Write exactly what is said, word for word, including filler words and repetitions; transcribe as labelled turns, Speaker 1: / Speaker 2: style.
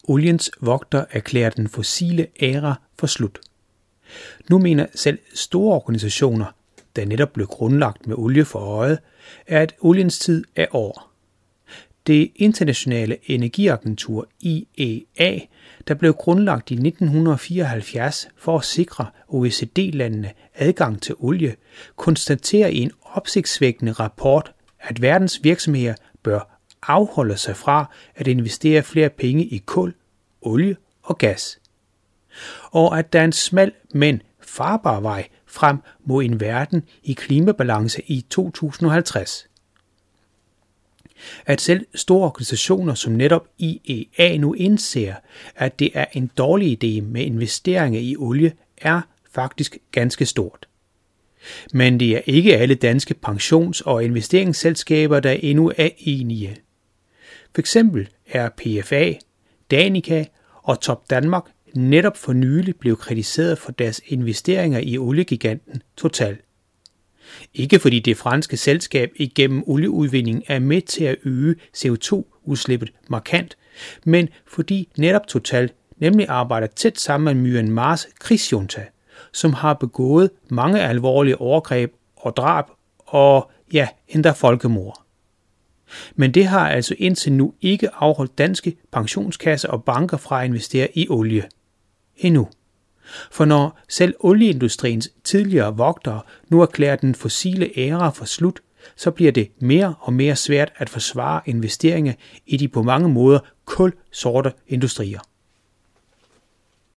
Speaker 1: Oliens vogter erklærer den fossile æra for slut. Nu mener selv store organisationer, der netop blev grundlagt med olie for øjet, at oliens tid er over. Det internationale energiagentur I E A, der blev grundlagt i nitten fireoghalvfjerds for at sikre O E C D-landene adgang til olie, konstaterer i en opsigtsvækkende rapport, at verdens virksomheder bør afholde sig fra at investere flere penge i kul, olie og gas. Og at der er en smal, men farbar vej frem mod en verden i klimabalance i to tusind og halvtreds. At selv store organisationer som netop I E A nu indser, at det er en dårlig idé med investeringer i olie, er faktisk ganske stort. Men det er ikke alle danske pensions- og investeringsselskaber, der endnu er enige. For eksempel er P F A, Danica og Top Danmark netop for nylig blevet kritiseret for deres investeringer i oliegiganten Total. Ikke fordi det franske selskab igennem olieudvinding er med til at øge C O to udslippet markant, men fordi netop Total nemlig arbejder tæt sammen med Myanmars krigsjunta, som har begået mange alvorlige overgreb og drab og ja, endda folkemord. Men det har altså indtil nu ikke afholdt danske pensionskasser og banker fra at investere i olie. Endnu. For når selv olieindustriens tidligere vogtere nu erklærer den fossile æra for slut, så bliver det mere og mere svært at forsvare investeringer i de på mange måder kulsorte industrier.